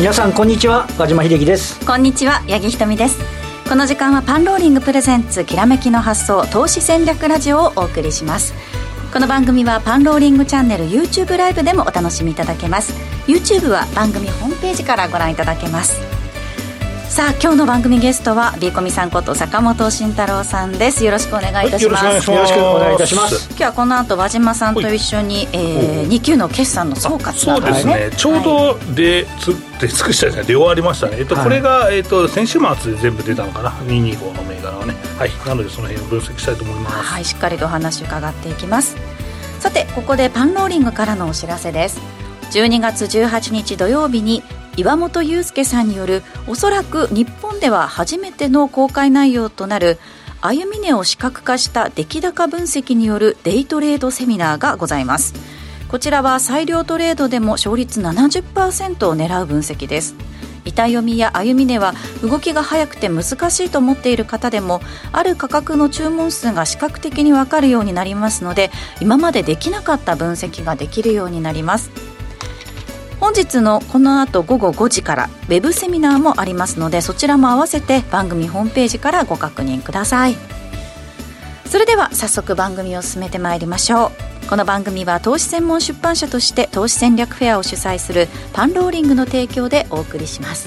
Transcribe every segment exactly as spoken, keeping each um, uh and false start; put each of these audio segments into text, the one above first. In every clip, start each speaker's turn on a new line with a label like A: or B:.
A: 皆さんこんにちは、和島秀樹です。
B: こんにちは、八木ひとみです。この時間はパンローリングプレゼンツきらめきの発想投資戦略ラジオをお送りします。この番組はパンローリングチャンネル YouTube ライブでもお楽しみいただけます。 YouTube は番組ホームページからご覧いただけます。さあ、今日の番組ゲストは B コミさんこと坂本慎太郎さんです。よろしくお願いいたします。
A: はい、よろしくお願いいたします。
B: 今日はこの後和島さんと一緒に、えー、に級の決算の総括など、ね、
C: そうですね、ちょうどでつ出尽くしたですね、出終わりましたね。えっと、これが、えっと、先週末で全部出たのかな、にひゃくにじゅうごの銘柄はね。はい、なのでその辺を分析したいと思います。
B: はい、しっかりとお話を伺っていきます。さて、ここでパンローリングからのお知らせです。じゅうにがつじゅうはちにち土曜日に岩本裕介さんによる、おそらく日本では初めての公開内容となる歩み値を視覚化した出来高分析によるデイトレードセミナーがございます。こちらは裁量トレードでも勝率 ななじゅっパーセント を狙う分析です。板読みや歩み値は動きが速くて難しいと思っている方でも、ある価格の注文数が視覚的に分かるようになりますので、今までできなかった分析ができるようになります。本日のこの後午後ごじからウェブセミナーもありますので、そちらも合わせて番組ホームページからご確認ください。それでは早速番組を進めてまいりましょう。この番組は投資専門出版社として投資戦略フェアを主催するパンローリングの提供でお送りします。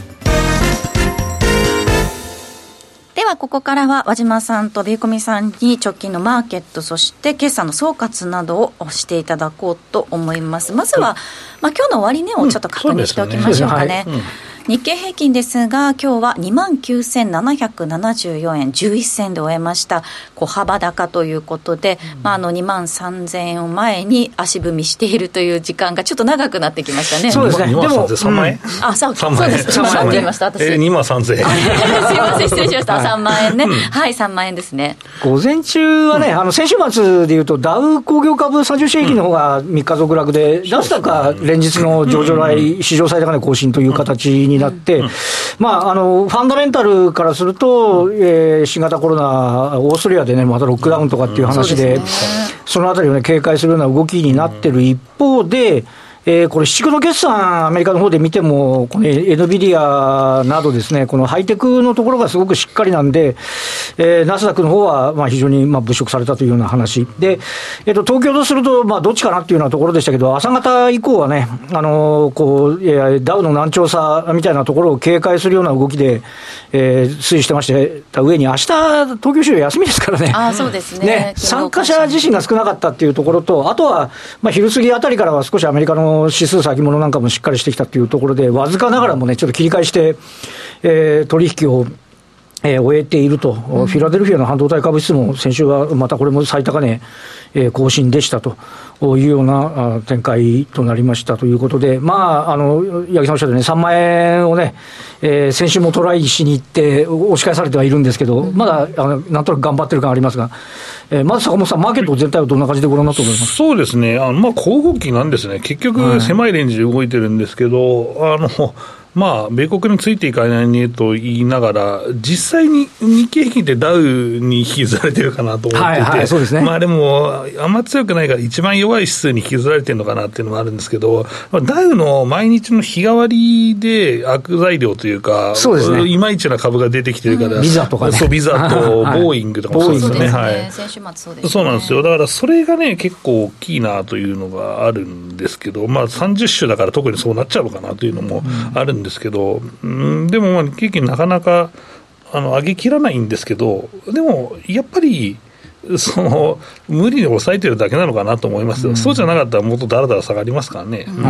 B: ではここからは和島さんと B コミさんに直近のマーケット、そして決算の総括などをしていただこうと思います。まずは、まあ、今日の終値をちょっと確認しておきましょうかね。日経平均ですが、今日は にまんきゅうせんななひゃくななじゅうよんえんじゅういっせんで終えました。小幅高ということで、うん、まあ、あのにまんさんぜんえんを前に足踏みしているという時間がちょっと長くなってきましたね。
A: そうですね。でも
C: さんまんえん、
B: あ、そうそうです。さんまんえんって言いました、私。
C: えー、にまんさんぜんえん
B: すいません、失礼しました。さんまんえんね、うん、はい、さんまんえんですね。
A: 午前中はね、うん、あの先週末でいうとダウ工業株さんじゅう種平均の方がみっか続落で、ナスダックは連日の上場来史上最高値更新という形になって、うんうん、まあ、あのファンダメンタルからすると、えー、新型コロナ、オーストリアでね、またロックダウンとかっていう話で、うん、そ, でね、そのあたりをね、警戒するような動きになってる一方で、えー、これ、四畜の決算、アメリカの方で見ても、この エヌビディアなどですね、このハイテクのところがすごくしっかりなんで、えー、ナスダックの方はまあ非常にまあ物色されたというような話で、えー、と東京とすると、まあどっちかなっていうようなところでしたけど、朝方以降はね、あのー、こういやダウの難聴さみたいなところを警戒するような動きで、えー、推移してましてた上に、明日東京市場休みですからね、
B: あ、そうですね、
A: ね、参加者自身が少なかったっていうところと、あとはまあ昼過ぎあたりからは少しアメリカの指数先物なんかもしっかりしてきたというところで、わずかながらもね、ちょっと切り返して、えー、取引を、えー、終えていると、うん、フィラデルフィアの半導体株指数も先週はまたこれも最高値、えー、更新でしたというような展開となりましたということで、まあ、あの八木さんおっしゃったようにさんまんえんをね、えー、先週もトライしに行って押し返されてはいるんですけど、うん、まだあのなんとなく頑張ってる感ありますが、えー、まず坂本さん、マーケット全体はどんな感じでご覧になって思います？
C: そうですね、あの、まあ、小動きなんですね。結局狭いレンジで動いてるんですけど、はい、あのまあ、米国についていかないねと言いながら、実際に日経平均ってダウに引きずられてるかなと思ってて、はいはい、そうですね、まあ、でも、あんま強くないから一番弱い指数に引きずられてるのかなっていうのもあるんですけど、ダウの毎日の日替わりで悪材料というか、そうですね、いまいちな株が出てきてるから、うん、
A: ビザとかね、
C: そうビザとボーイングとかもそうですよね、
B: はい、先週末そうですね、
C: そうなんですよ。だからそれがね、結構大きいなというのがあるんですけど、まあ、さんじゅっ種だから特にそうなっちゃうのかなというのもあるんですけど、うんうん、でも、まあ、日経平均なかなかあの上げきらないんですけど、でもやっぱりその無理に抑えてるだけなのかなと思いますよ、うん、そうじゃなかったらもっとだらだら下がりますからね、うんうん、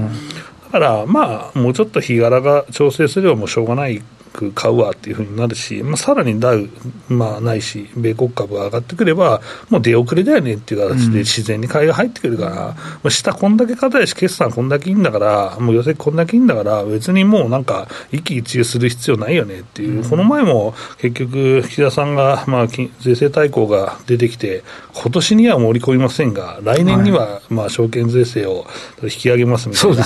C: だからまあもうちょっと日柄が調整すればもうしょうがない買うわっていうふうになるし、まあ、さらにダウ、まあ、ないし米国株が上がってくればもう出遅れだよねっていう形で自然に買いが入ってくるから、うん、まあ、下こんだけ硬いし決算こんだけいいんだから、もう寄せこんだけいいんだから別にもうなんか一喜一憂する必要ないよねっていう、うん、この前も結局岸田さんが、まあ、税制大綱が出てきて今年には盛り込みませんが来年には、まあ、証券税制を引き上げますみたいな、そうですね、え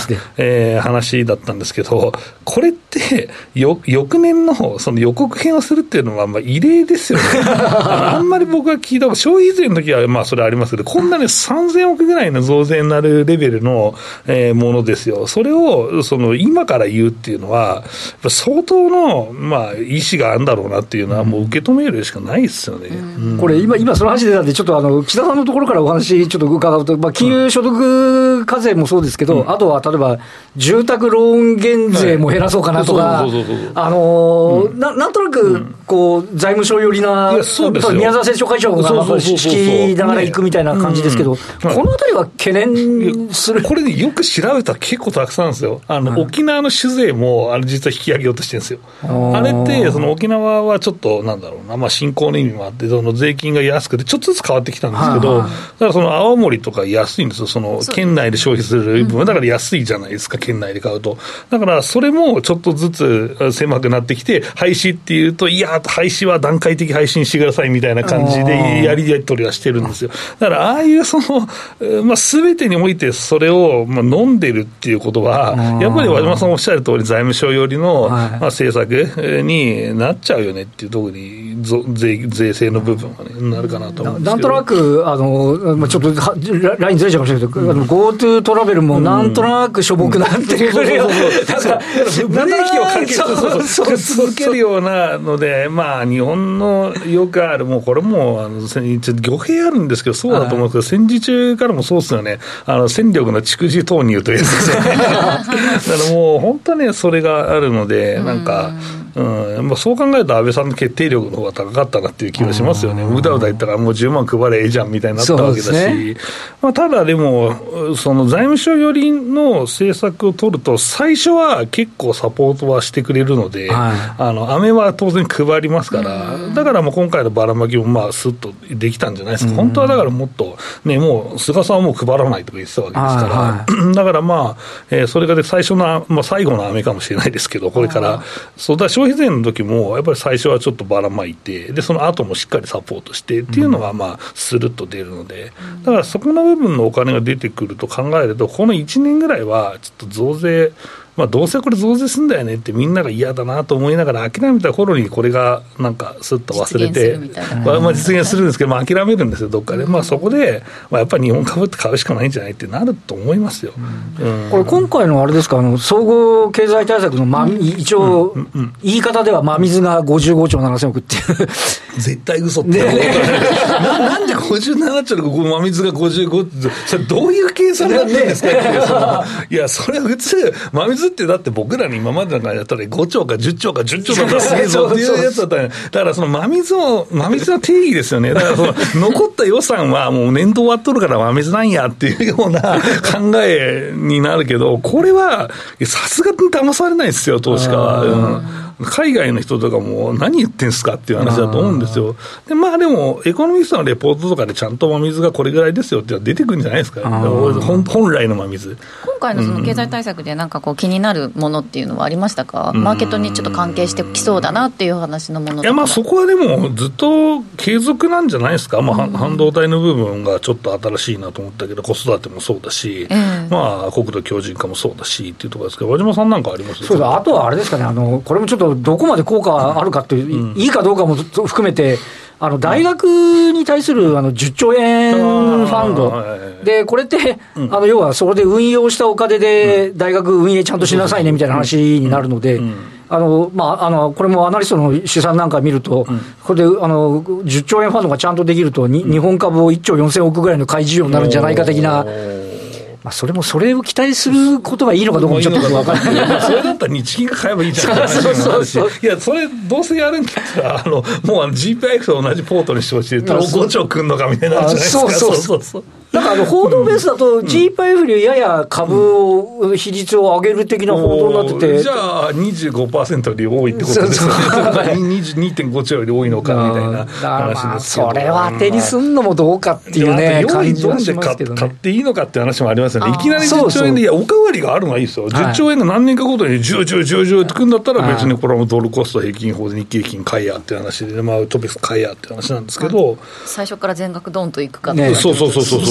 C: えー、話だったんですけど、これってよ翌年のその予告編をするっていうのはまあ異例ですよね。あ, あんまり僕が聞いた消費税の時はまあそれありますけど、こんなねさんぜんおくぐらいの増税になるレベルの、えー、ものですよ。それをその今から言うっていうのは相当のまあ意思があるんだろうなっていうのはもう受け止めるしかないですよね。うん、
A: これ今今その話出たんで、ちょっとあの岸田さんのところからお話ちょっと伺うと、まあ、金融所得課税もそうですけど、うん、あとは例えば住宅ローン減税も減らそうかなとか、あのーうん、な, なんとなくこう財務省寄りな、宮沢政調会長が仕切りながら行くみたいな感じですけど、ね、うん、このあたりは懸念する。
C: これね、よく調べたら結構たくさんですよ。あの、はい、沖縄の酒税もあの実は引き上げようとしてるんですよ。あれってその沖縄はちょっとなんだろうな、まあ、振興の意味もあってその税金が安くてちょっとずつ変わってきたんですけど、はいはい、だからその青森とか安いんですよ。その県内で消費する部分だから安いじゃないですか、県内で買うと。だからそれもちょっとずつ狭くなってきて、廃止っていうと、いや廃止は段階的廃止にしてくださいみたいな感じでやり取りはしてるんですよ。だからああいうその、まあ、全てにおいてそれをまあ飲んでるっていうことは、やっぱり和島さんおっしゃる通り財務省寄りのまあ政策になっちゃうよねっていうところに 税, 税制の部分は、ね、なるかなと思うんですけど、
A: なんとなくあの、まあ、ちょっとラインずれちゃうかもしれないけど、うん、GoTo トラベルもなんとなくしょぼくなってくるよ、ブレ
C: ーキをかけ続けるようなので、まあ、日本のよくある、もうこれもあの語弊あるんですけど、そうだと思うんですけど、戦時中からもそうですよね、あの戦力の蓄次投入というやつですよね。だからもう本当に、ね、それがあるので、なんか、うんまあ、そう考えると安倍さんの決定力の方が高かったなっていう気がしますよね。うだうだ言ったからもうじゅうまん配れええじゃんみたいになったわけだし、ね、まあ、ただでもその財務省寄りの政策を取ると最初は結構サポートはしてくれるので、はい、あの飴は当然配りますから、だからもう今回のばらまきもまあスッとできたんじゃないですか。本当はだからもっと、ね、もう菅さんはもう配らないとか言ってたわけですから、はいはい、だからまあ、えー、それがで最初の、まあ、最後の飴かもしれないですけど、これからそうだ消費税の時もやっぱり最初はちょっとばらまいて、でその後もしっかりサポートしてっていうのがまあスルッと出るので、だからそこの部分のお金が出てくると考えると、このいちねんぐらいはちょっと増税、まあ、どうせこれ増税すんだよねってみんなが嫌だなと思いながら諦めた頃にこれがなんかすっと忘れて実現するみたいな、まあ、実現するんですけど、まあ、諦めるんですよどっかで、まあ、そこで、まあ、やっぱり日本株って買うしかないんじゃないってなると思いますよ、うんうん、
A: これ今回のあれですか、あの総合経済対策の、ま、一応、うんうんうん、言い方では真水がごじゅうごちょうななせんおくっていう
C: 絶対嘘って、ね、な, なんでごじゅうななちょうの真水がごじゅうごってそれどういう計算なんですかっていう、そのいやそれは普通真水ってだって僕らに今までなんかやったらごちょうかじゅっちょうかじゅっちょうだったらすげえぞっていうやつだったら、だからその真水を真水の定義ですよね。だからその残った予算はもう年度終わっとるから真水なんやっていうような考えになるけど、これはさすがに騙されないですよ投資家は、うん、海外の人とかも何言ってんすかっていう話だと思うんですよ。でまあでもエコノミストのレポートとかでちゃんと真水がこれぐらいですよって出てくるんじゃないですか、本, 本来の真水。
B: 今回のその経済対策でなんかこう気になるものっていうのはありましたか、うん、マーケットにちょっと関係してきそうだなっていう話のものとか。
C: いやまあそこはでもずっと継続なんじゃないですか、まあ、半導体の部分がちょっと新しいなと思ったけど子育てもそうだし、えーまあ、国土強靭化もそうだしっていうところですけど、和島さんなんかあります？
A: そうだ、あとはあれですかね、あのこれもちょっとどこまで効果があるかっていう、うん、いいかどうかも含めて、あの大学に対するあのじゅっちょうえんファンドで、これって、うん、あの要はそこで運用したお金で大学運営ちゃんとしなさいねみたいな話になるので、あのまあ、あのこれもアナリストの試算なんか見ると、うん、これであのじゅっちょうえんファンドがちゃんとできると、に日本株をいっちょうよんせんおくぐらいの買い需要になるんじゃないか的な。まあ、それもそれを期待することがいいのかどうかもちょっと分からない。
C: それだったら日銀が買えばいいじゃないですか。そうそうそう。いやそれどうせやるんだったらあのもう ジーピーアイエフ と同じポートにしてほしい。ごちょうくんのかみたいなじゃないですか。そうそうそうそう。
A: なんかあの報道ベースだと ジーピーアイエフ よりやや株を比率を上げる的な報道になってて、
C: うん、じゃあ にじゅうごパーセント より多いってことですよね。にてんごちょうより多いのかみたいな話ですけど、
A: それは当てにすんのもどうかっていうね感じはしますけどね。
C: 買っていいのかって話もありますよね。いきなりじゅっちょうえんで、いやおかわりがあるのはいいですよ。じゅっちょうえんが何年かごとにじゅう、じゅう、じゅう、じゅうってくんだったら別にこれはもうドルコスト平均法で日経平均買いやって話で、まあトピックス買いやって話なんですけど、
B: 最初から全額ドンといくか、
A: ね、
C: そうそうそうそうそう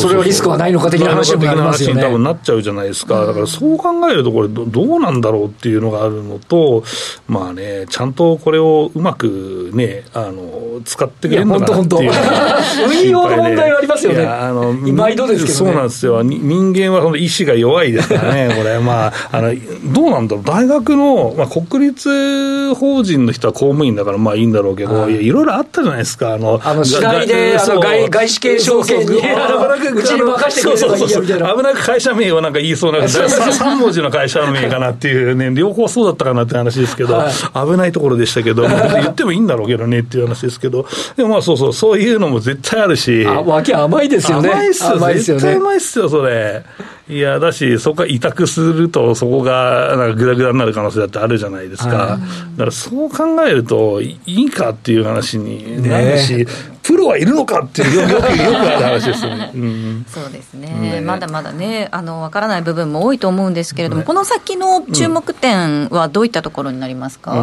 A: れはリスクはないのか的な話になりますよね。
C: 多分なっちゃうじゃないですか。だからそう考えるとこれ ど, どうなんだろうっていうのがあるのと、まあね、ちゃんとこれをうまくね、あの使ってくれるのかなっていう。
A: 運用の問題はありますよね。
C: あの
A: 毎度ですけどね。
C: そうなんですよ。人間はその意志が弱いですからね。これまああのどうなんだろう。大学の、まあ、国立法人の人は公務員だからまあいいんだろうけど、いやいろいろあったじゃないですか。あの
A: あの次第であの 外, 外資系証券にうちに任せてくれればいいやみたいな。
C: 危なく会社名をなんか言いそうなさん文字の会社名かなっていうね、両方そうだったかなって話ですけど、はい、危ないところでしたけど、言ってもいいんだろうけどねっていう話ですけど、でもまあそうそうそういうのも絶対あるし、
A: あ脇甘いですよね。
C: 甘いっすよ、
A: 甘いっすよね。
C: 絶対甘いっすよそれ。いやだし、そこが委託するとそこがなんかグダグダになる可能性だってあるじゃないですか、はい、だからそう考えるといいかっていう話になるし、ね、プロはいるのかっていうよくよくある話ですよね、うん、
B: そうです ね, ねまだまだね、あの分からない部分も多いと思うんですけれども、ね、この先の注目点はどういったところになりますか。
C: うん、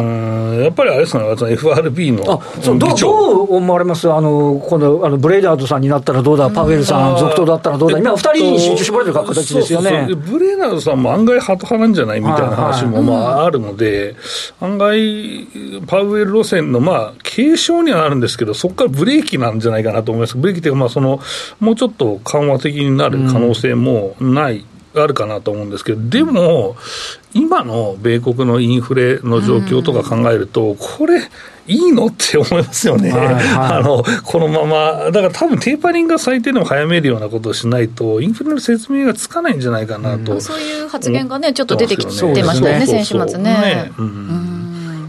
C: やっぱりあれですかね、エフアールビー の
A: あそうどうどう思われます。あの今度あのブレイダードさんになったらどうだ、パウエルさん続投だったらどうだ、今ふたりに集中絞られてる形ですよね。
C: そうそうそう、ブレイダードさんも案外ハト派なんじゃないみたいな話もまああるので、案外パウエル路線のまあ継承にはなるんですけど、そこからブレーキなんじゃないかなと思います。ブレーキというか、まあそのもうちょっと緩和的になる可能性もない、うん、あるかなと思うんですけど、でも今の米国のインフレの状況とか考えると、これいいのって思いますよね、はいはい、あのこのままだから多分テーパリングが最低でも早めるようなことをしないとインフレの説明がつかないんじゃないかなと、うん、
B: そういう発言がねちょっと出てきてましたよね、先週末ね。ね、うん、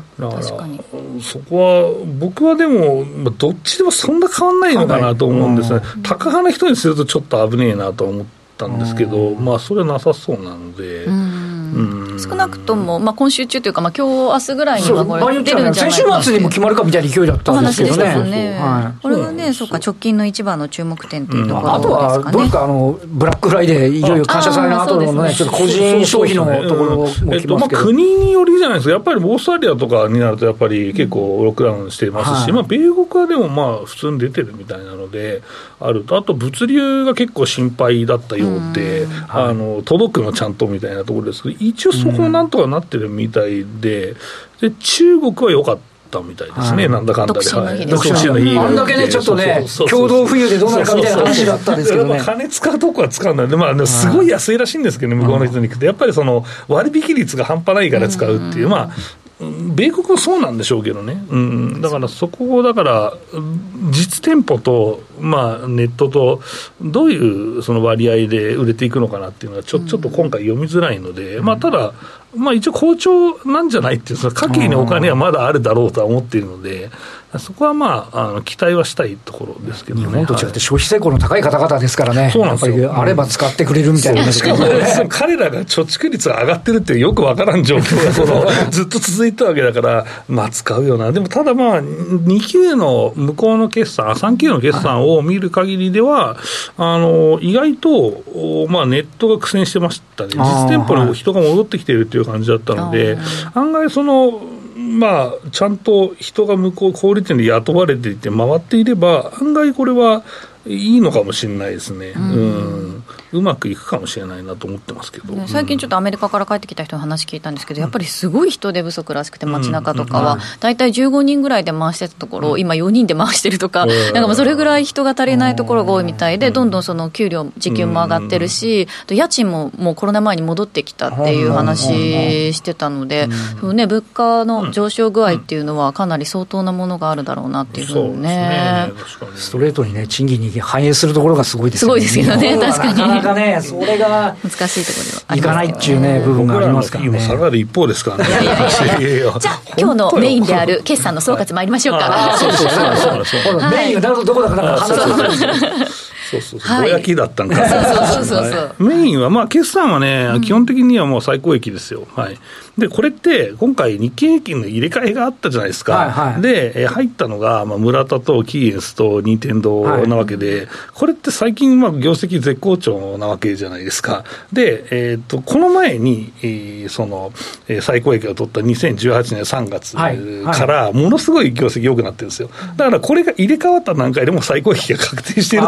B: だから
C: 確かにそこは僕はでもどっちでもそんな変わんないのかなと思うんですね。高派な人にするとちょっと危ねえなと思ったんですけど、まあそれはなさそうなので、うん
B: うん、少なくとも、まあ、今週中というか、まあ、今日明日ぐらいにはこれ出るんじゃないか、
A: 先週末にも決まるかみたいな勢いだったんですけどね。
B: 話でしたね、はい、これはね、そうか、直近の一番の注目点というところですかね。
A: うん、あとはどうですか、あのブラックフライデーいよいよ感謝祭の後のね、ちょっと個人消費のところも来ますけど、えっとまあ、
C: 国によりじゃないですか。やっぱりオーストラリアとかになるとやっぱり結構ロックダウンしていますし、うん、まあ、米国はでもまあ普通に出てるみたいなのであると、あと物流が結構心配だったようで、うん、あの届くのちゃんとみたいなところですけど、一応そこもなんとかなってるみたいで、で中国は良かったみたいですね、なんだかんだで。独
A: 身の日、あんだけねちょっとね共同富裕でどうなるかみたいな話だったんですけどね。
C: 金使うとこは使うんだで、まあ、すごい安いらしいんですけどね、向こうの人に行くとやっぱりその割引率が半端ないから使うっていう、まあ米国はそうなんでしょうけどね、うん、だからそこをだから実店舗と、まあ、ネットとどういうその割合で売れていくのかなっていうのはちょ、ちょっと今回読みづらいので、うん、まあ、ただ、まあ、一応好調なんじゃないっていう、その家計にお金はまだあるだろうとは思っているので、そこはまあ、あの期待はしたいところですけどね。
A: 日本と違って消費成功の高い方々ですからね、
C: そうなんですよ、
A: やっぱりあれば使ってくれるみたいな、
C: しかも彼らが貯蓄率が上がってるっていうよくわからん状況がそのずっと続いたわけだから、まあ、使うよな。でもただまあに級の向こうの決算、さん級の決算を見る限りでは、あの意外と、まあ、ネットが苦戦してましたね。実店舗に人が戻ってきているという感じだったので、案外そのまあ、ちゃんと人が向こう小売店で雇われていて回っていれば案外これはいいのかもしれないですね、うんうんうまくいくかもしれないなと思ってますけど、
B: 最近ちょっとアメリカから帰ってきた人の話聞いたんですけど、やっぱりすごい人手不足らしくて、街中とかはだいたいじゅうごにんぐらいで回してたところ、今よにんで回してるとか、なんかもうそれぐらい人が足りないところが多いみたいで、どんどんその給料時給も上がってるし、家賃ももうコロナ前に戻ってきたっていう話してたので、そうね、物価の上昇具合っていうのはかなり相当なものがあるだろうなっていうふうにね、
A: ストレートにね賃金に反映するところがすごいですよね。
B: すごいですよね、確かに。
A: なかなかね、それが
B: 難しいところではあ
A: いかないっていうね部分がありますからね。
C: 今下がる一方ですからね。
B: いやいやいやじゃあ今日のメインである決算の総括参りましょうか。
A: そうそうそうそう。メインがなるとどこだかだから話す。
C: そうそうそう、ぼやきだったんか、
B: そうそうそうそう、
C: メインは、まあ、決算はね、うん、基本的にはもう最高益ですよ、はい、でこれって今回日経平均の入れ替えがあったじゃないですか、はいはい、で入ったのが、まあ、村田とキーエンスと任天堂なわけで、はい、これって最近、まあ、業績絶好調なわけじゃないですか。で、えー、とこの前に、えー、その、えー、最高益を取ったにせんじゅうはちねんさんがつからものすごい業績良くなってるんですよ。だからこれが入れ替わった段階でも最高益が確定しているというですね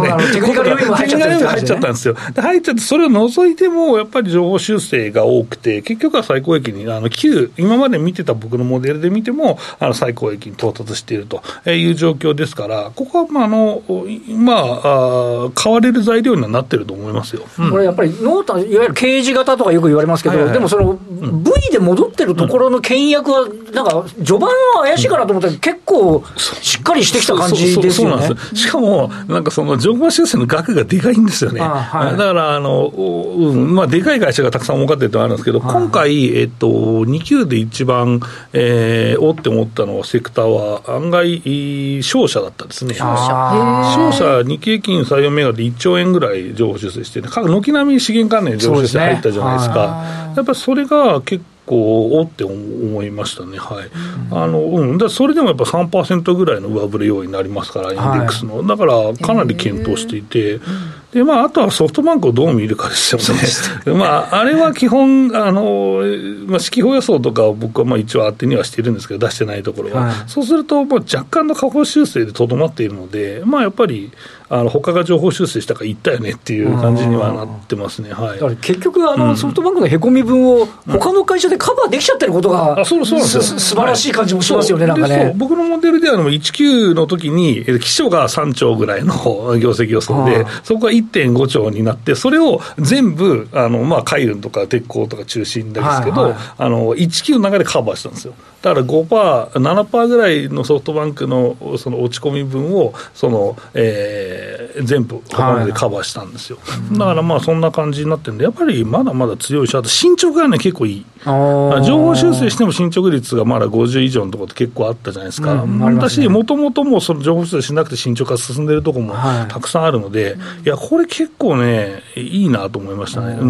C: ね、
A: あのテクニカル要因も入っちゃった、
C: ね、入っちゃったんですよ。で入っちゃって、それを除いても、やっぱり情報修正が多くて、結局は最高益に、あのきゅう、今まで見てた僕のモデルで見ても、あの最高益に到達しているという状況ですから、ここは、まああのまあ、あ買われる材料にはなってると思いますよ。うん、
A: これやっぱり濃淡、いわゆる刑事型とかよく言われますけど、はいはい、でもその V で戻ってるところの牽引役は、なんか序盤は怪しいかなと思ったら、結構しっかりしてきた感じですよね。
C: そうなんです。しかも、なんかその情報修正の額がでかいんですよね。はい、だからあの、うんまあ、でかい会社がたくさん儲かってるとあるんですけど、はい、今回、えっと、に級で一番、えー、おって思ったのは、セクターは案外、商社だったんですね。商社、商社日経金採用銘柄でいっちょうえんぐらい情報修正して、ね、軒並み資源関連情報修正入ったじゃないですか。やっぱりそれが結構こうおって思いましたね、はいあのうん、だそれでもやっぱ さんパーセント ぐらいの上振れ要因になりますから、インデックスの、はい、だからかなり検討していて、でまあ、あとはソフトバンクをどう見るかですよね、まあ、あれは基本、あのまあ、四季報予想とかを僕はまあ一応当てにはしているんですけど、出してないところは、はい、そうするともう若干の下方修正でとどまっているので、まあ、やっぱりあの他が情報修正したから言ったよねっていう感じにはなってますね、はい、
A: だから結局あの、うん、ソフトバンクのへこみ分を他の会社でカバーできちゃってることが、うん、そうそうなんですよ、す素晴らしい感じもしますよね、はい、なんかね。
C: 僕のモデルではいち級の時に基礎がさんちょうぐらいの業績予想で、そこが いってんごちょうになって、それを全部あの、まあ、海運とか鉄鋼とか中心ですけど、はいはい、あのいち級の中でカバーしたんですよ。だから ごパーセント、ななパーセント ぐらいのソフトバンクのその落ち込み分をその、えー、全部他でカバーしたんですよ、はい、だからまあそんな感じになってるんで、やっぱりまだまだ強いし、あと進捗がね結構いい。情報修正しても進捗率がまだごじゅう以上のところって結構あったじゃないですか、うん、私もともともうその情報修正しなくて進捗が進んでるところもたくさんあるので、はい、いやこれ結構ねいいなと思いましたね。うん、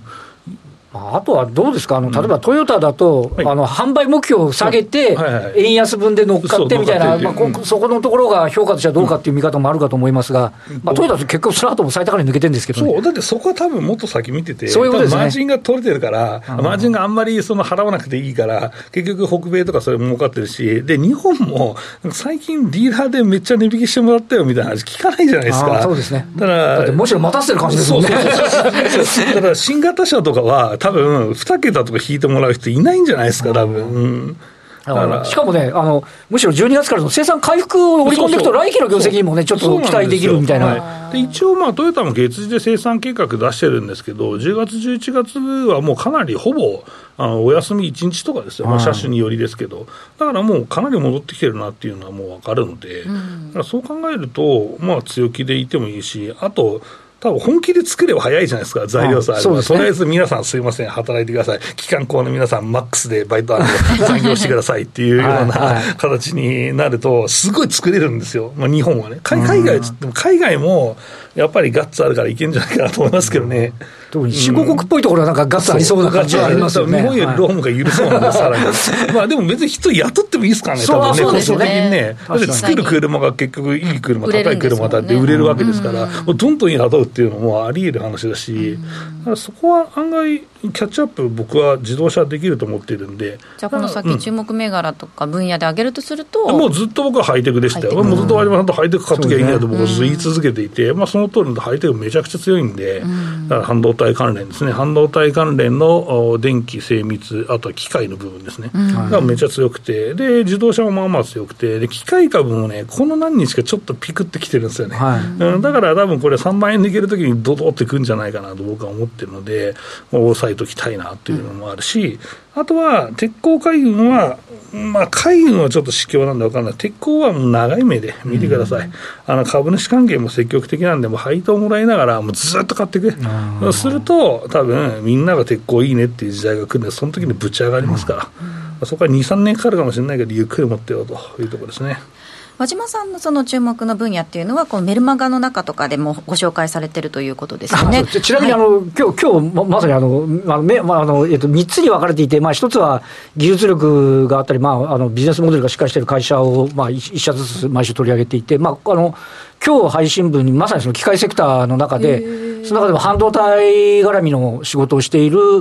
A: あとはどうですか、あの例えばトヨタだと、うん、あの販売目標を下げて、はいはいはい、円安分で乗っかってみたいな、まあこ、そこのところが評価としてはどうかっていう見方もあるかと思いますが、うんまあ、トヨタって結局その後も最高値抜けてるんですけど、ね、
C: そうだってそこは多分もっと先見てて、
A: そういうことですね、
C: マージンが取れてるから、マージンがあんまりその払わなくていいから、結局北米とかそれも儲かってるし、で日本も最近ディーラーでめっちゃ値引きしてもらったよみたいな話聞かないじゃないですか。
A: そうですね、
C: だから
A: だってむしろ待たせてる感じですもんね。
C: だから新型車とかは多分に桁とか引いてもらう人いないんじゃないですか、多分。うん
A: だからしかもねあの、むしろじゅうにがつからの生産回復を織り込んでいくと、来期の業績にもね、ちょっと期待できるみたいな。
C: はい、で一応、まあ、トヨタも月次で生産計画出してるんですけど、じゅうがつ、じゅういちがつはもうかなりほぼあのお休みいちにちとかですよ、まあ、車種によりですけど、だからもうかなり戻ってきてるなっていうのはもう分かるので、うん、だからそう考えると、まあ、強気でいてもいいし、あと、多分本気で作れば早いじゃないですか、材料さえあれば、ね、とりあえず皆さんすいません、働いてください、機関工の皆さんマックスでバイトあるの残業してくださいっていうような形になると、すごい作れるんですよ、まあ、日本はね。海外、海外もやっぱりガッツあるからいけるんじゃないかなと思いますけどね。
A: 特に新興国っぽいところはなんかガッツありそうな感じはありますよね。
C: 日本よりロームが許そうなんです、さらに。まあでも別に人雇ってもいいですからね、多分ね、
B: 個人的に
C: ね。だって作る車が結局いい車、高い車だって売れるわけですから、もうどんどん雇うっていうのもあり得る話だし、だからそこは案外キャッチアップ僕は自動車できると思っているんで。
B: じゃあこの先注目銘柄とか分野で上げるとすると、
C: うん、もうずっと僕はハイテクでしたよ。もうずっと和島さんとハイテク買っときゃいいんだと僕は言い続けていて、まあその通りのハイテクめちゃくちゃ強いんで、うん、だから半導体関連ですね、半導体関連の電気精密、あとは機械の部分ですね、うん、がめちゃ強くて、で自動車もまあまあ強くて、で機械株もねこの何日かちょっとピクってきてるんですよね、はいうん、だから多分これさんまんえん抜けるときにドドってくるんじゃないかなと僕は思ってるので、抑えときたいなというのもあるし、うん、あとは鉄鋼海運は、まあ、海運はちょっと市況なんで分からない、鉄鋼はもう長い目で見てください、うん、あの株主関係も積極的なんで、もう配当もらいながらもうずっと買っていく、うん、すると多分みんなが鉄鋼いいねっていう時代が来るんで、その時にぶち上がりますから、うん、そこはにさんねんかかるかもしれないけどゆっくり持ってよというところですね。
B: 和島さんのその注目の分野っていうのはこのメルマガの中とかでもご紹介されているということですよね。
A: ちなみにあの、はい、今日今日 ま, まさにあの、まあめまああのえっと、みっつに分かれていて、まあ、ひとつは技術力があったり、まあ、あのビジネスモデルがしっかりしている会社を、まあ、いっ社ずつ毎週取り上げていて、まあ、あの今日配信分にまさにその機械セクターの中で、その中でも半導体絡みの仕事をしている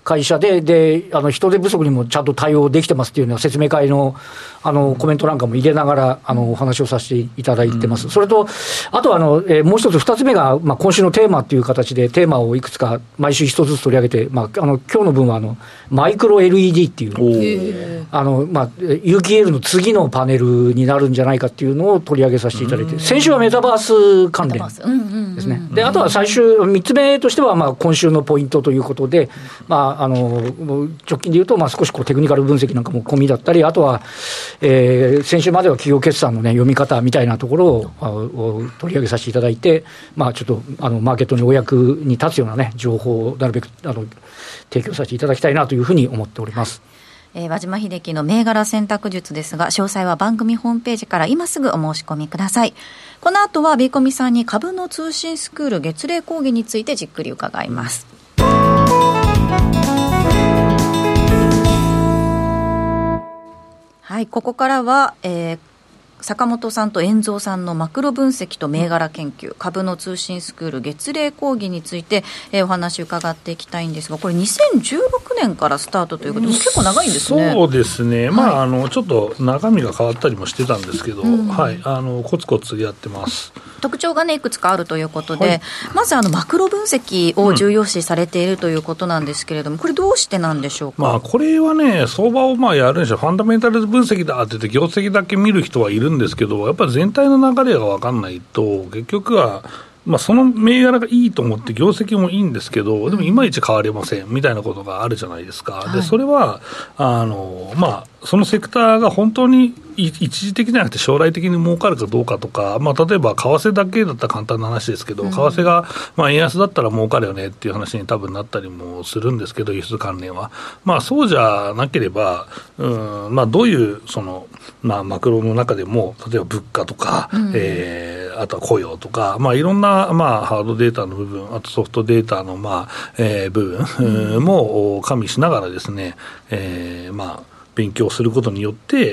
A: 会社で、であの人手不足にもちゃんと対応できてますっていうような説明会の、あのコメントなんかも入れながらあのお話をさせていただいてます、うん、それと、あとはあの、えー、もう一つ、二つ目が、まあ、今週のテーマっていう形で、テーマをいくつか毎週一つずつ取り上げて、まあ、あの今日の分はあのマイクロ エルイーディー っていう、あの、まあ、有機 イーエル の次のパネルになるんじゃないかっていうのを取り上げさせていただいて、先週はメタバース関連ですね。で、あとは最終、みっつめとしては、まあ、今週のポイントということで、まあ、あの直近でいうと、まあ、少しこうテクニカル分析なんかも込みだったり、あとは、えー、先週までは企業決算の、ね、読み方みたいなところを取り上げさせていただいて、まあ、ちょっとあのマーケットにお役に立つような、ね、情報をなるべくあの提供させていただきたいなというふうに思っております。
B: えー、和島秀樹の銘柄選択術ですが、詳細は番組ホームページから今すぐお申し込みください。この後はビーコミさんに株の通信スクール月例講義についてじっくり伺います。はい、ここからは、えー坂本さんと遠蔵さんのマクロ分析と銘柄研究、株の通信スクール月例講義について、えー、お話を伺っていきたいんですが、これにせんじゅうろくねんからスタートということで結構長いんですね。
C: そうですね、まあ、はい、あのちょっと中身が変わったりもしてたんですけど、うん、はい、あのコツコツやってます。
B: 特徴が、ね、いくつかあるということで、
C: はい、
B: まずあのマクロ分析を重要視されているということなんですけれども、これどうしてなんでしょうか。
C: まあ、これはね、相場をまあやるんでしょう。ファンダメンタル分析だって言って業績だけ見る人はいるんですけど、やっぱり全体の流れが分かんないと結局は、まあ、その銘柄がいいと思って業績もいいんですけど、でもいまいち変わりませんみたいなことがあるじゃないですか。でそれはあの、まあ、そのセクターが本当に一時的じゃなくて将来的に儲かるかどうかとか、まあ、例えば為替だけだったら簡単な話ですけど、為替がまあ円安だったら儲かるよねっていう話に多分なったりもするんですけど、輸出関連は、まあ、そうじゃなければ、うん、まあ、どういうその、まあ、マクロの中でも例えば物価とか、うん、えー、あとは雇用とか、まあ、いろんな、まあ、ハードデータの部分、あとソフトデータの、まあえー、部分、うん、も加味しながらですね、えー、まあ勉強することによって、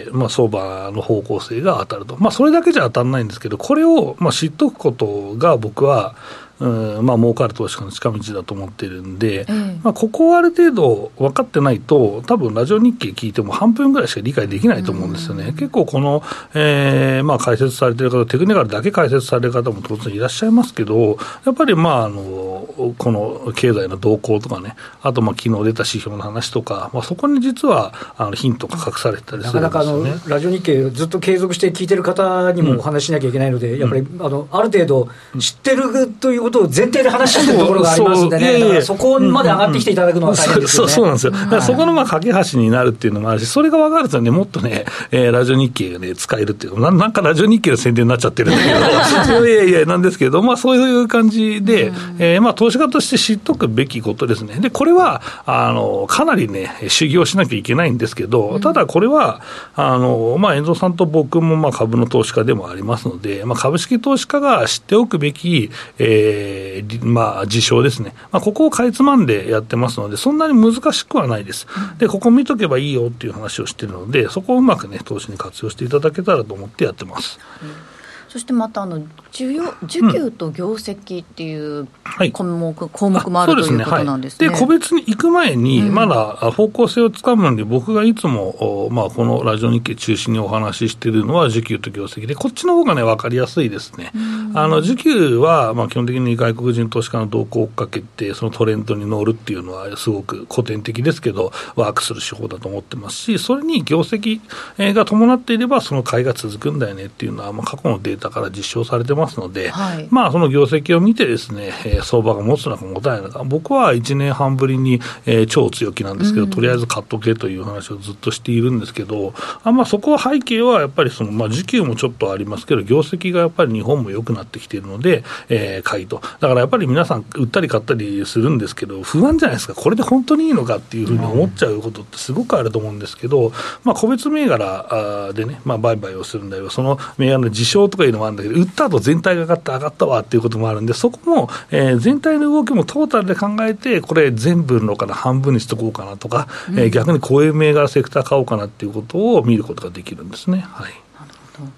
C: まあ、相場の方向性が当たると、まあ、それだけじゃ当たらないんですけど、これをまあ知っておくことが僕はうんまあ儲かる投資家の近道だと思っているんで、うん、まあ、ここをある程度分かってないと多分ラジオ日経聞いても半分ぐらいしか理解できないと思うんですよね、うん、結構この、えーまあ、解説されている方、テクニカルだけ解説される方も当然いらっしゃいますけど、やっぱり、まあ、あのこの経済の動向とかね、あとまあ昨日出た指標の話とか、まあ、そこに実はあのヒントが隠されてたりするんですよね。なかなかあの
A: ラジオ日経ずっと継続して聞いてる方にもお話ししなきゃいけないので、うん、やっぱりあのある程度知ってるということを前提で話してるところがありますんでね、だからそこまで上がってきていただくのは大変ですよね。
C: そうなんですよ。だからそこのまあ架け橋になるっていうのもあるし、それが分かるとね、もっとね、えー、ラジオ日経がね使えるっていうな、なんかラジオ日経の宣伝になっちゃってるんだけどいやいやなんですけど、まあそういう感じで、えー、まあ投資家として知っとくべきことですね。でこれはあのかなりね修行しなきゃいけないんですけど、ただこれはあのまあ遠藤さんと僕もまあ株の投資家でもありますので、まあ株式投資家が知っておくべき、えー、まあ事象ですね。まあ、ここをかいつまんでやってますので、そんなに難しくはないです。で、ここ見とけばいいよっていう話をしているので、そこをうまくね、投資に活用していただけたらと思ってやってます。
B: うん、そしてまたあの需要需給と業績っていう項目、うん、項目もあるということなんですね。
C: で、個別に行く前に、まだ方向性をつかむんで、僕がいつも、まあ、このラジオ日経中心にお話ししているのは需給と業績で、こっちの方がね分かりやすいですね。あの需給は、まあ、基本的に外国人投資家の動向を追っかけてそのトレンドに乗るっていうのはすごく古典的ですけどワークする手法だと思ってますし、それに業績が伴っていればその買いが続くんだよねっていうのは、まあ、過去のデータから実証されてますので、はい、まあ、その業績を見てですね、えー、相場が持つのか持たないのか、僕はいちねんはんぶりに、えー、超強気なんですけど、うん、とりあえず買っとけという話をずっとしているんですけど、あ、まあ、そこは背景はやっぱりその、まあ、需給もちょっとありますけど業績がやっぱり日本も良くなってきているので、えー、買いと。だからやっぱり皆さん売ったり買ったりするんですけど不安じゃないですか。これで本当にいいのかっていうふうに思っちゃうことってすごくあると思うんですけど、まあ、個別銘柄でね、まあ、売買をするんだよ。その銘柄の事象とかいうのもあるんだけど、売った後全体が上がって上がったわっていうこともあるんで、そこも、えー、全体の動きもトータルで考えて、これ全部のから半分にしとこうかなとか、うん、えー、逆にこういう銘柄セクター買おうかなっていうことを見ることができるんですね。はい。
B: なるほど。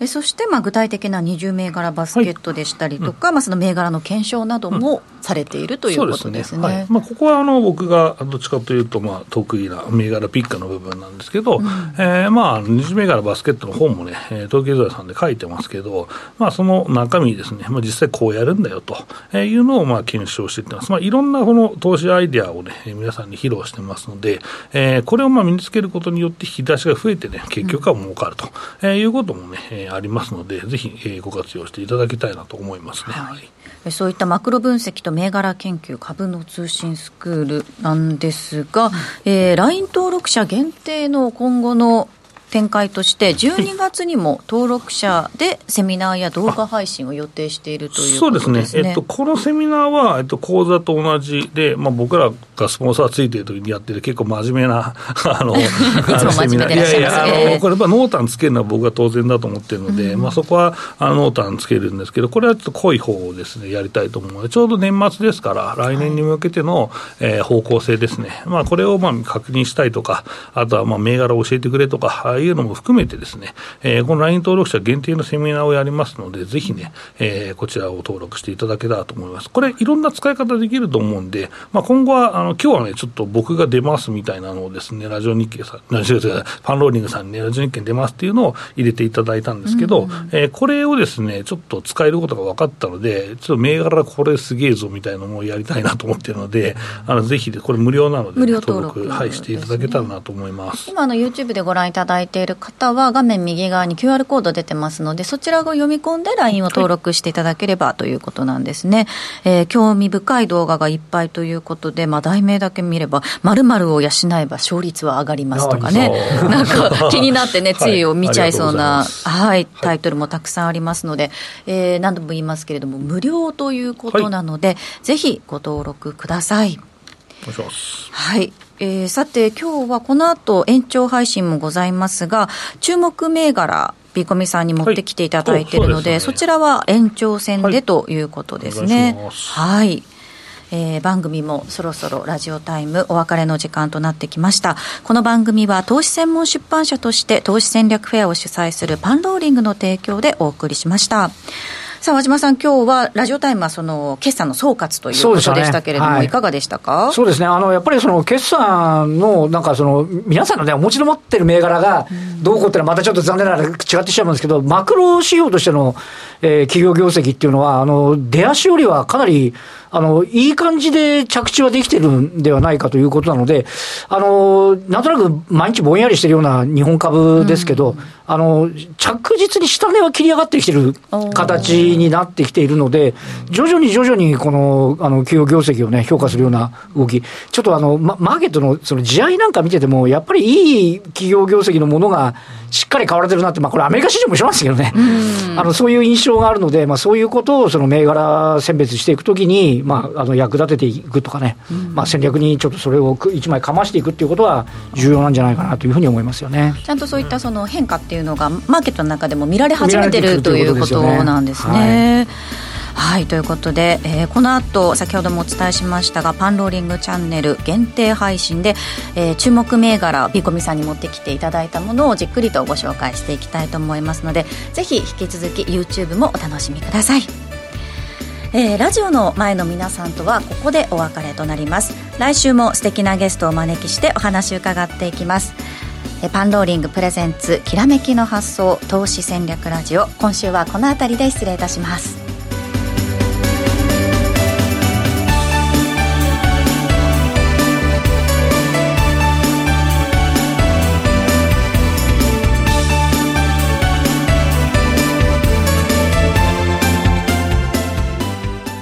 B: えそしてまあ具体的なにじゅう銘柄バスケットでしたりとか、はい、まあ、その銘柄の検証などもされているということですね。
C: そうですね、はい、まあ、ここはあの僕がどっちかというとまあ得意な銘柄ピッカの部分なんですけど、うん、えー、まあにじゅう銘柄バスケットの本もね、東京経済さんで書いてますけど、まあ、その中身ですね、まあ、実際こうやるんだよというのをまあ検証していってます。まあ、いろんなこの投資アイデアをね皆さんに披露してますので、えー、これをまあ身につけることによって引き出しが増えてね結局は儲かると、うん、えー、いうこともね、えー、ありますので、ぜひ、えー、ご活用していただきたいなと思いますね。はい、
B: そういったマクロ分析と銘柄研究株の通信スクールなんですが、うん、えー、ライン 登録者限定の今後の展開としてじゅうにがつにも登録者でセミナーや動画配信を予定しているということですね。
C: そうですね、えっと、このセミナーは、えっと、講座と同じで、まあ、僕らがスポンサーついている時にやってる結構真面目なあのい
B: つも真面目でいらっしゃいます。いやいや、あのこれ
C: やっぱ濃淡つけるのは僕は当然だと思っているので、うん、まあ、そこはあの濃淡つけるんですけど、これはちょっと濃い方をですねやりたいと思うので、ちょうど年末ですから来年に向けての、えー、方向性ですね、まあ、これをまあ確認したいとか、あとはまあ銘柄を教えてくれとか、ああいうのも含めてですね、えー、この ライン 登録者限定のセミナーをやりますので、ぜひね、えー、こちらを登録していただけたらと思います。これいろんな使い方できると思うんで、まあ、今後はあの今日はねちょっと僕が出ますみたいなのをですね、ラジオ日経さん、ラジオファンローリングさんに、ね、ラジオ日経に出ますっていうのを入れていただいたんですけど、うんうん、えー、これをですねちょっと使えることが分かったので、ちょっと銘柄これすげえぞみたいなのをやりたいなと思っているので、あのぜひこれ無料なので、ね、
B: 無料登録、
C: 登録、はい、していただけたらなと思います。
B: 今あの YouTube でご覧いただいている方は画面右側に キューアール コード出てますので、そちらを読み込んで ライン を登録していただければということなんですね。えー、興味深い動画がいっぱいということで、まあ、題名だけ見れば〇〇を養えば勝率は上がりますとかね、なんか気になってねついを見ちゃいそうな、はいはい、タイトルもたくさんありますので、えー、何度も言いますけれども無料ということなので、はい、ぜひご登録ください。
C: お願いします。
B: はい、えー、さて今日はこの後延長配信もございますが、注目銘柄ビーコミさんに持ってきていただいているの で,、はい そ, でね、そちらは延長戦でということですね。はい、えー、番組もそろそろラジオタイムお別れの時間となってきました。この番組は投資専門出版社として投資戦略フェアを主催するパンローリングの提供でお送りしました。さあ和島さん、今日はラジオタイムはその決算の総括ということでしたけれども、ね、はい、いかがでしたか？
A: そうですね、あのやっぱりその決算のなんかその皆さんのねお持ちの持ってる銘柄がどうこうってのはまたちょっと残念ながら違ってしまうんですけど、マクロ指標としての、えー、企業業績っていうのはあの出足よりはかなりあのいい感じで着地はできてるんではないかということなので、あのなんとなく毎日ぼんやりしてるような日本株ですけど、うん、あの着実に下値は切り上がってきてる形になってきているので、徐々に徐々にこのあの企業業績をね評価するような動き、ちょっとあのマーケットのその地合いなんか見ててもやっぱりいい企業業績のものがしっかり買われてるなって、まあこれアメリカ市場も一緒なんですけどね、うん、あのそういう印象があるので、まあそういうことをその銘柄選別していくときにまああの役立てていくとかね、うん、まあ戦略にちょっとそれを一枚かましていくっていうことは重要なんじゃないかなというふうに思いますよね。
B: ちゃんとそういったその変化っていうのがマーケットの中でも見られ始めてるということなんですね。はい、ということで、えー、この後先ほどもお伝えしましたがパンローリングチャンネル限定配信で、えー、注目銘柄ビーコミさんに持ってきていただいたものをじっくりとご紹介していきたいと思いますので、ぜひ引き続き YouTube もお楽しみください。えー、ラジオの前の皆さんとはここでお別れとなります。来週も素敵なゲストをお招きしてお話を伺っていきます。えー、パンローリングプレゼンツきらめきの発想投資戦略ラジオ、今週はこの辺りで失礼いたします。